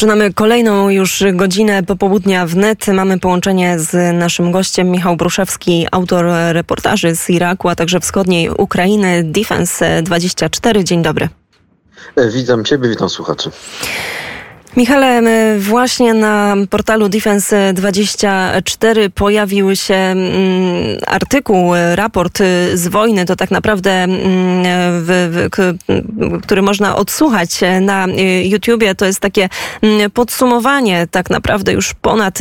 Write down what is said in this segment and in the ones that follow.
Rozpoczynamy kolejną już godzinę popołudnia wnet. Mamy połączenie z naszym gościem Michał Bruszewski, autor reportaży z Iraku, a także wschodniej Ukrainy, Defense24. Dzień dobry. Witam Ciebie, witam słuchaczy. Michale, właśnie na portalu Defense24 pojawił się artykuł, raport z wojny. To tak naprawdę, który można odsłuchać na YouTubie. To jest takie podsumowanie tak naprawdę już ponad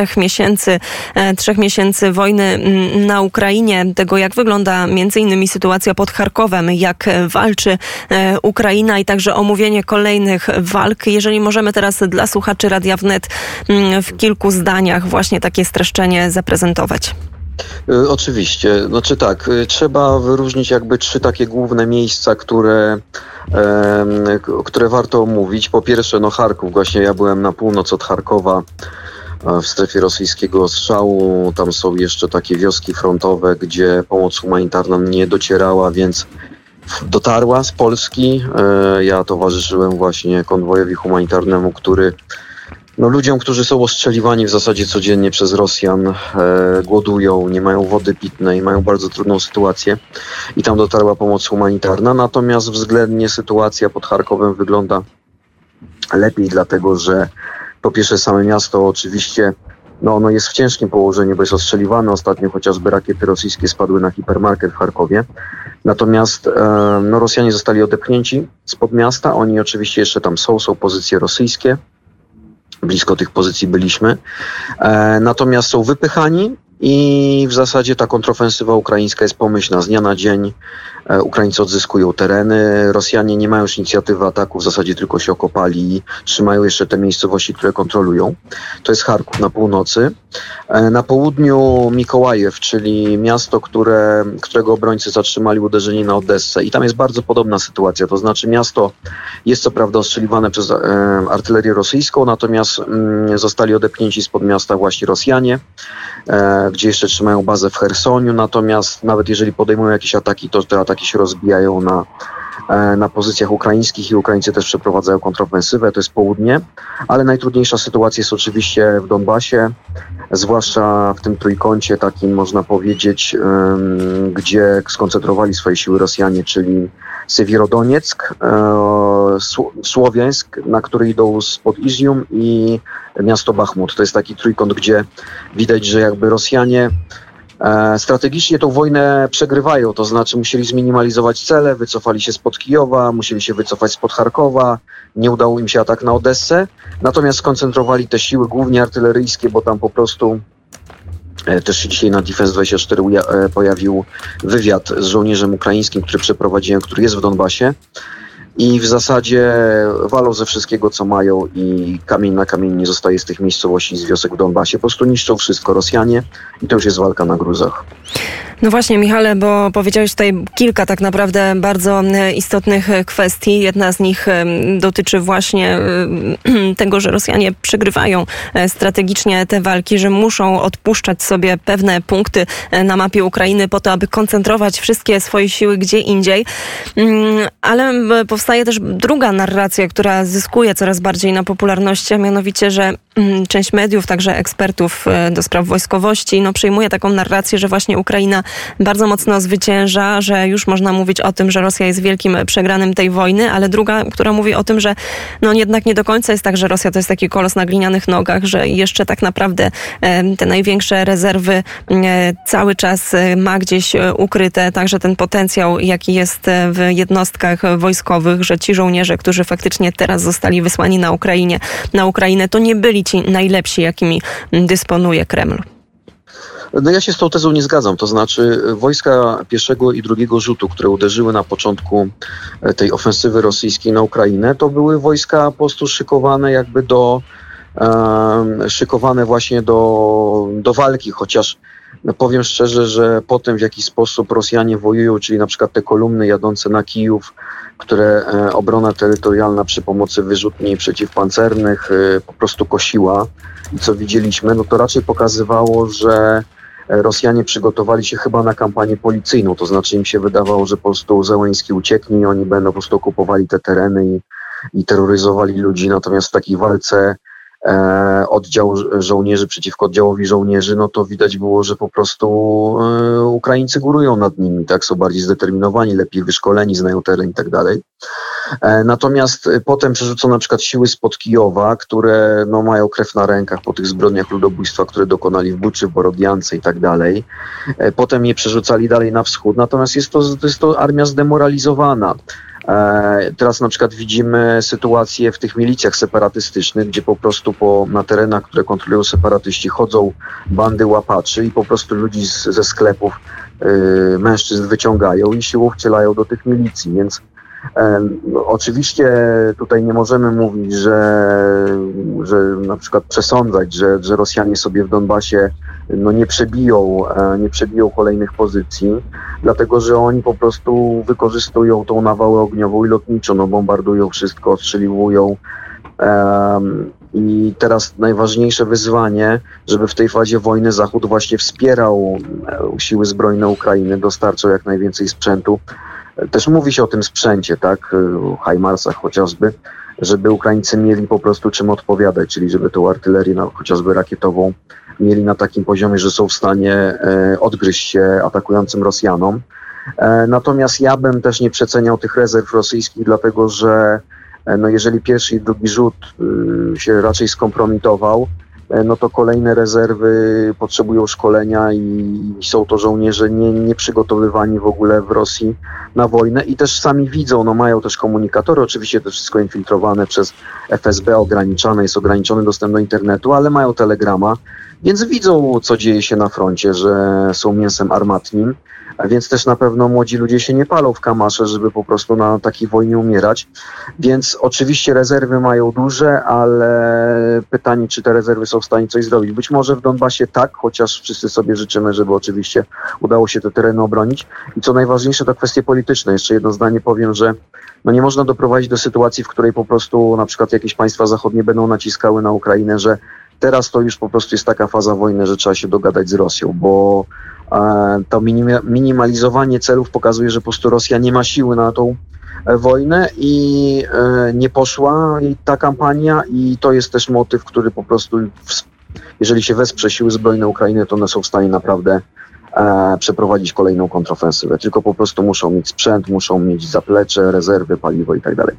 3 miesięcy wojny na Ukrainie. Tego, jak wygląda między innymi sytuacja pod Charkowem, jak walczy Ukraina i także omówienie kolejnych walk. Jeżeli możemy teraz dla słuchaczy Radia Wnet w kilku zdaniach właśnie takie streszczenie zaprezentować. Oczywiście. Znaczy tak, trzeba wyróżnić jakby 3 takie główne miejsca, które warto omówić. Po pierwsze, Charków. Właśnie ja byłem na północ od Charkowa, w strefie rosyjskiego ostrzału. Tam są jeszcze takie wioski frontowe, gdzie pomoc humanitarna nie docierała, więc dotarła z Polski. Ja towarzyszyłem właśnie konwojowi humanitarnemu, który ludziom, którzy są ostrzeliwani w zasadzie codziennie przez Rosjan, głodują, nie mają wody pitnej, mają bardzo trudną sytuację i tam dotarła pomoc humanitarna. Natomiast względnie sytuacja pod Charkowem wygląda lepiej, dlatego że po pierwsze same miasto oczywiście ono jest w ciężkim położeniu, bo jest ostrzeliwane. Ostatnio chociażby rakiety rosyjskie spadły na hipermarket w Charkowie. Natomiast Rosjanie zostali odepchnięci spod miasta. Oni oczywiście jeszcze tam są pozycje rosyjskie. Blisko tych pozycji byliśmy. Natomiast są wypychani i w zasadzie ta kontrofensywa ukraińska jest pomyślna. Z dnia na dzień Ukraińcy odzyskują tereny. Rosjanie nie mają już inicjatywy ataku, w zasadzie tylko się okopali i trzymają jeszcze te miejscowości, które kontrolują. To jest Charków na północy. Na południu Mikołajew, czyli miasto, którego obrońcy zatrzymali uderzenie na Odessę. I tam jest bardzo podobna sytuacja. To znaczy miasto jest co prawda ostrzeliwane przez artylerię rosyjską, natomiast zostali odepchnięci spod miasta właśnie Rosjanie, gdzie jeszcze trzymają bazę w Chersoniu. Natomiast nawet jeżeli podejmują jakieś ataki, to te ataki się rozbijają na pozycjach ukraińskich i Ukraińcy też przeprowadzają kontrofensywę, to jest południe, ale najtrudniejsza sytuacja jest oczywiście w Donbasie, zwłaszcza w tym trójkącie takim, można powiedzieć, gdzie skoncentrowali swoje siły Rosjanie, czyli Siewierodonieck, Słowiańsk, na który idą spod Izjum, i miasto Bachmut. To jest taki trójkąt, gdzie widać, że jakby Rosjanie strategicznie tą wojnę przegrywają, to znaczy musieli zminimalizować cele, wycofali się spod Kijowa, musieli się wycofać spod Charkowa, nie udało im się atak na Odessę, natomiast skoncentrowali te siły głównie artyleryjskie, bo tam po prostu też się dzisiaj na Defense24 pojawił wywiad z żołnierzem ukraińskim, który przeprowadziłem, który jest w Donbasie. I w zasadzie walą ze wszystkiego, co mają, i kamień na kamień nie zostaje z tych miejscowości, z wiosek w Donbasie. Po prostu niszczą wszystko Rosjanie i to już jest walka na gruzach. No właśnie, Michale, bo powiedziałeś tutaj kilka tak naprawdę bardzo istotnych kwestii. Jedna z nich dotyczy właśnie tego, że Rosjanie przegrywają strategicznie te walki, że muszą odpuszczać sobie pewne punkty na mapie Ukrainy po to, aby koncentrować wszystkie swoje siły gdzie indziej. Ale powstaje też druga narracja, która zyskuje coraz bardziej na popularności, a mianowicie, że część mediów, także ekspertów do spraw wojskowości, przyjmuje taką narrację, że właśnie Ukraina bardzo mocno zwycięża, że już można mówić o tym, że Rosja jest wielkim przegranym tej wojny, ale druga, która mówi o tym, że jednak nie do końca jest tak, że Rosja to jest taki kolos na glinianych nogach, że jeszcze tak naprawdę te największe rezerwy cały czas ma gdzieś ukryte, także ten potencjał, jaki jest w jednostkach wojskowych, że ci żołnierze, którzy faktycznie teraz zostali wysłani na Ukrainę, to nie byli ci najlepsi, jakimi dysponuje Kreml. Ja się z tą tezą nie zgadzam. To znaczy wojska pierwszego i drugiego rzutu, które uderzyły na początku tej ofensywy rosyjskiej na Ukrainę, to były wojska po prostu szykowane właśnie do walki, chociaż powiem szczerze, że potem w jaki sposób Rosjanie wojują, czyli na przykład te kolumny jadące na Kijów, które obrona terytorialna przy pomocy wyrzutni przeciwpancernych po prostu kosiła, i co widzieliśmy, to raczej pokazywało, że Rosjanie przygotowali się chyba na kampanię policyjną, to znaczy im się wydawało, że po prostu Zełenski ucieknie i oni będą po prostu okupowali te tereny i terroryzowali ludzi, natomiast w takiej walce oddział żołnierzy przeciwko oddziałowi żołnierzy, no to widać było, że po prostu Ukraińcy górują nad nimi, tak, są bardziej zdeterminowani, lepiej wyszkoleni, znają teren i tak dalej. Natomiast potem przerzucono na przykład siły spod Kijowa, które no, mają krew na rękach po tych zbrodniach ludobójstwa, które dokonali w Buczy, w Borodiance i tak dalej. Potem je przerzucali dalej na wschód, natomiast jest to armia zdemoralizowana. Teraz na przykład widzimy sytuację w tych milicjach separatystycznych, gdzie po prostu na terenach, które kontrolują separatyści, chodzą bandy łapaczy i po prostu ludzi ze sklepów, mężczyzn wyciągają i siłą wcielają do tych milicji, więc oczywiście tutaj nie możemy mówić, że na przykład przesądzać, że Rosjanie sobie w Donbasie no nie przebiją kolejnych pozycji, dlatego że oni po prostu wykorzystują tą nawałę ogniową i lotniczą, no bombardują wszystko, odstrzeliwują. I teraz najważniejsze wyzwanie, żeby w tej fazie wojny Zachód właśnie wspierał siły zbrojne Ukrainy, dostarczał jak najwięcej sprzętu. Też mówi się o tym sprzęcie, tak, HIMARS-ach chociażby, żeby Ukraińcy mieli po prostu czym odpowiadać, czyli żeby tą artylerię chociażby rakietową mieli na takim poziomie, że są w stanie odgryźć się atakującym Rosjanom. Natomiast ja bym też nie przeceniał tych rezerw rosyjskich, dlatego że no jeżeli pierwszy i drugi rzut się raczej skompromitował, no to kolejne rezerwy potrzebują szkolenia i są to żołnierze nie przygotowywani w ogóle w Rosji na wojnę i też sami widzą, no mają też komunikatory, oczywiście to wszystko infiltrowane przez FSB, jest ograniczony dostęp do internetu, ale mają telegrama, więc widzą, co dzieje się na froncie, że są mięsem armatnim, a więc też na pewno młodzi ludzie się nie palą w kamasze, żeby po prostu na takiej wojnie umierać. Więc oczywiście rezerwy mają duże, ale pytanie, czy te rezerwy są w stanie coś zrobić. Być może w Donbasie tak, chociaż wszyscy sobie życzymy, żeby oczywiście udało się te tereny obronić. I co najważniejsze, to kwestie polityczne. Jeszcze jedno zdanie powiem, że no nie można doprowadzić do sytuacji, w której po prostu na przykład jakieś państwa zachodnie będą naciskały na Ukrainę, że teraz to już po prostu jest taka faza wojny, że trzeba się dogadać z Rosją, bo to minimalizowanie celów pokazuje, że po prostu Rosja nie ma siły na tą wojnę i nie poszła jej ta kampania i to jest też motyw, który po prostu, jeżeli się wesprze siły zbrojne Ukrainy, to one są w stanie naprawdę przeprowadzić kolejną kontrofensywę. Tylko po prostu muszą mieć sprzęt, muszą mieć zaplecze, rezerwy, paliwo i tak dalej.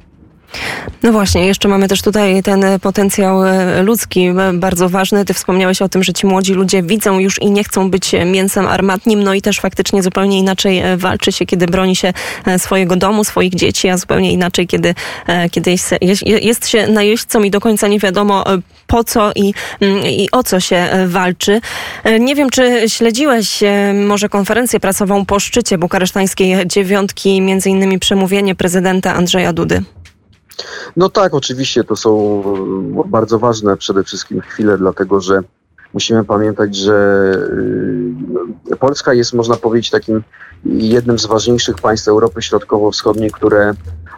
No właśnie, jeszcze mamy też tutaj ten potencjał ludzki bardzo ważny. Ty wspomniałeś o tym, że ci młodzi ludzie widzą już i nie chcą być mięsem armatnim, no i też faktycznie zupełnie inaczej walczy się, kiedy broni się swojego domu, swoich dzieci, a zupełnie inaczej, kiedy jest się najeźdźcą i do końca nie wiadomo po co i o co się walczy. Nie wiem, czy śledziłeś może konferencję prasową po szczycie bukaresztańskiej dziewiątki, między innymi przemówienie prezydenta Andrzeja Dudy. No tak, oczywiście to są bardzo ważne przede wszystkim chwile, dlatego że musimy pamiętać, że Polska jest, można powiedzieć, takim jednym z ważniejszych państw Europy Środkowo-Wschodniej, które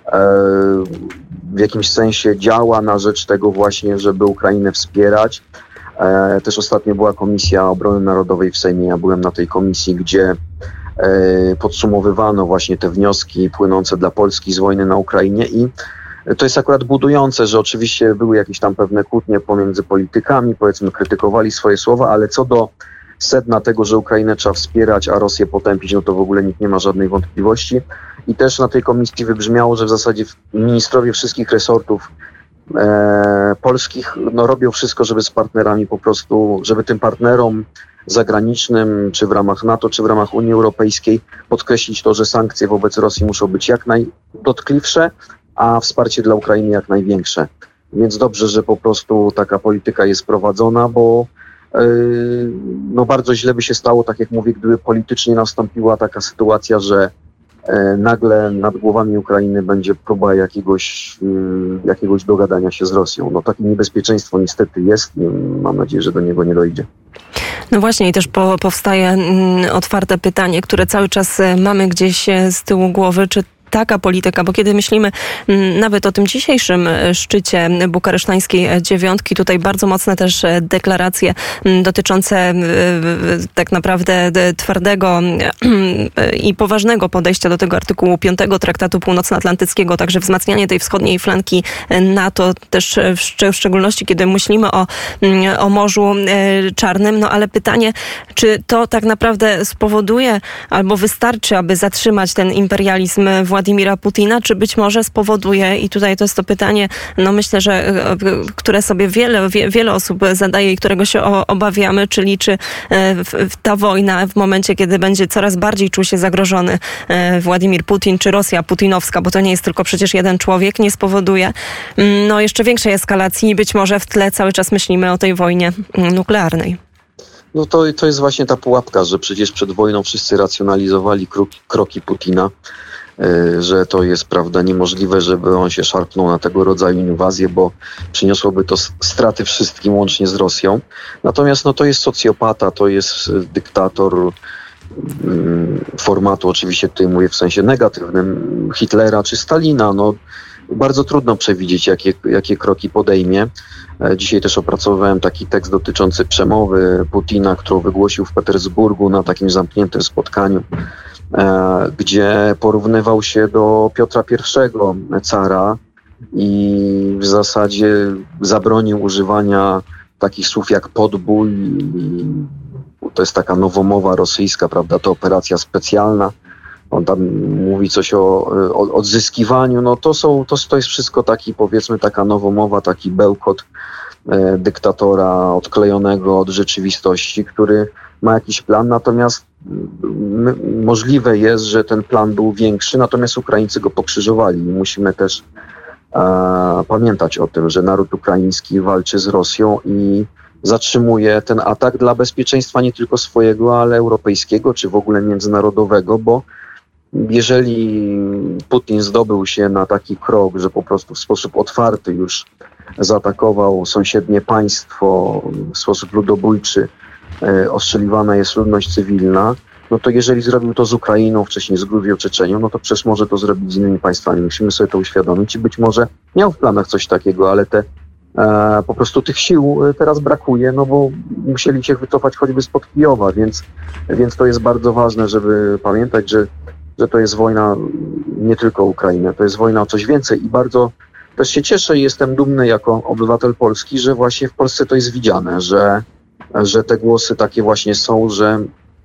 w jakimś sensie działa na rzecz tego właśnie, żeby Ukrainę wspierać. Też ostatnio była Komisja Obrony Narodowej w Sejmie, ja byłem na tej komisji, gdzie podsumowywano właśnie te wnioski płynące dla Polski z wojny na Ukrainie i to jest akurat budujące, że oczywiście były jakieś tam pewne kłótnie pomiędzy politykami, powiedzmy krytykowali swoje słowa, ale co do sedna tego, że Ukrainę trzeba wspierać, a Rosję potępić, no to w ogóle nikt nie ma żadnej wątpliwości. I też na tej komisji wybrzmiało, że w zasadzie ministrowie wszystkich resortów polskich no, robią wszystko, żeby z partnerami po prostu, żeby tym partnerom zagranicznym, czy w ramach NATO, czy w ramach Unii Europejskiej podkreślić to, że sankcje wobec Rosji muszą być jak najdotkliwsze, a wsparcie dla Ukrainy jak największe. Więc dobrze, że po prostu taka polityka jest prowadzona, bo no bardzo źle by się stało, tak jak mówię, gdyby politycznie nastąpiła taka sytuacja, że nagle nad głowami Ukrainy będzie próba jakiegoś dogadania się z Rosją. No takie niebezpieczeństwo niestety jest i mam nadzieję, że do niego nie dojdzie. No właśnie i też powstaje otwarte pytanie, które cały czas mamy gdzieś z tyłu głowy, czy taka polityka, bo kiedy myślimy nawet o tym dzisiejszym szczycie bukaresztańskiej dziewiątki, tutaj bardzo mocne też deklaracje dotyczące tak naprawdę twardego i poważnego podejścia do tego artykułu 5 Traktatu Północnoatlantyckiego, także wzmacnianie tej wschodniej flanki NATO, też w szczególności kiedy myślimy o Morzu Czarnym. No ale pytanie, czy to tak naprawdę spowoduje albo wystarczy, aby zatrzymać ten imperializm Władimira Putina, czy być może spowoduje, i tutaj to jest to pytanie, no myślę, że które sobie wiele osób zadaje i którego się obawiamy, czyli czy ta wojna w momencie, kiedy będzie coraz bardziej czuł się zagrożony Władimir Putin, czy Rosja putinowska, bo to nie jest tylko przecież jeden człowiek, nie spowoduje no jeszcze większej eskalacji i być może w tle cały czas myślimy o tej wojnie nuklearnej. No to jest właśnie ta pułapka, że przecież przed wojną wszyscy racjonalizowali kroki Putina, że to jest, prawda, niemożliwe, żeby on się szarpnął na tego rodzaju inwazję, bo przyniosłoby to straty wszystkim, łącznie z Rosją. Natomiast no to jest socjopata, to jest dyktator formatu, oczywiście tutaj mówię w sensie negatywnym, Hitlera czy Stalina. No, bardzo trudno przewidzieć, jakie kroki podejmie. Dzisiaj też opracowałem taki tekst dotyczący przemowy Putina, którą wygłosił w Petersburgu na takim zamkniętym spotkaniu, gdzie porównywał się do Piotra I, cara, i w zasadzie zabronił używania takich słów jak podbój. To jest taka nowomowa rosyjska, prawda, to operacja specjalna. On tam mówi coś o odzyskiwaniu. No to jest wszystko taki, powiedzmy, taka nowomowa, taki bełkot dyktatora odklejonego od rzeczywistości, który ma jakiś plan, natomiast możliwe jest, że ten plan był większy, natomiast Ukraińcy go pokrzyżowali i musimy też pamiętać o tym, że naród ukraiński walczy z Rosją i zatrzymuje ten atak dla bezpieczeństwa nie tylko swojego, ale europejskiego, czy w ogóle międzynarodowego, bo jeżeli Putin zdobył się na taki krok, że po prostu w sposób otwarty już zaatakował sąsiednie państwo, w sposób ludobójczy ostrzeliwana jest ludność cywilna, no to jeżeli zrobił to z Ukrainą, wcześniej z Gruzją, Czeczenią, no to przecież może to zrobić z innymi państwami. Musimy sobie to uświadomić i być może miał w planach coś takiego, ale po prostu tych sił teraz brakuje, no bo musieli się wycofać choćby spod Kijowa, więc to jest bardzo ważne, żeby pamiętać, że to jest wojna nie tylko o Ukrainę, to jest wojna o coś więcej i bardzo też się cieszę i jestem dumny jako obywatel Polski, że właśnie w Polsce to jest widziane, że te głosy takie właśnie są, że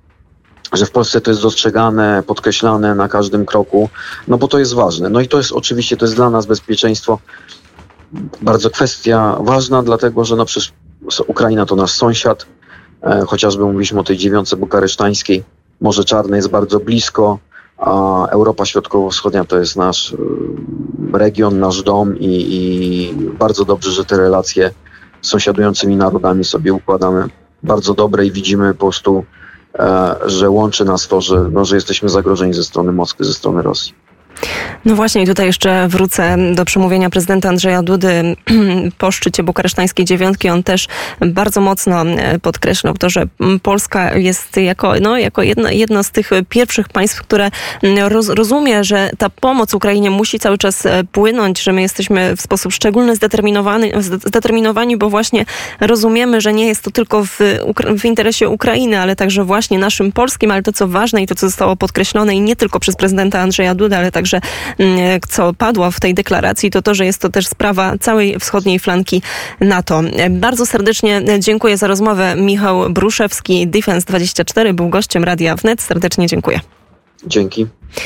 w Polsce to jest dostrzegane, podkreślane na każdym kroku, no bo to jest ważne. No i to jest oczywiście, to jest dla nas bezpieczeństwo bardzo kwestia ważna, dlatego że no przecież Ukraina to nasz sąsiad, chociażby mówiliśmy o tej dziewiątce bukaresztańskiej, Morze Czarne jest bardzo blisko, a Europa Środkowo-Wschodnia to jest nasz region, nasz dom i bardzo dobrze, że te relacje z sąsiadującymi narodami sobie układamy bardzo dobre i widzimy po prostu, że łączy nas to, że jesteśmy zagrożeni ze strony Moskwy, ze strony Rosji. No właśnie, i tutaj jeszcze wrócę do przemówienia prezydenta Andrzeja Dudy po szczycie bukaresztańskiej dziewiątki. On też bardzo mocno podkreślał to, że Polska jest jako jedno z tych pierwszych państw, które rozumie, że ta pomoc Ukrainie musi cały czas płynąć, że my jesteśmy w sposób szczególny zdeterminowani, bo właśnie rozumiemy, że nie jest to tylko w interesie Ukrainy, ale także właśnie naszym polskim, ale to co ważne i to co zostało podkreślone i nie tylko przez prezydenta Andrzeja Dudę, ale także co padło w tej deklaracji, to, że jest to też sprawa całej wschodniej flanki NATO. Bardzo serdecznie dziękuję za rozmowę. Michał Bruszewski, Defense 24, był gościem Radia Wnet. Serdecznie dziękuję. Dzięki.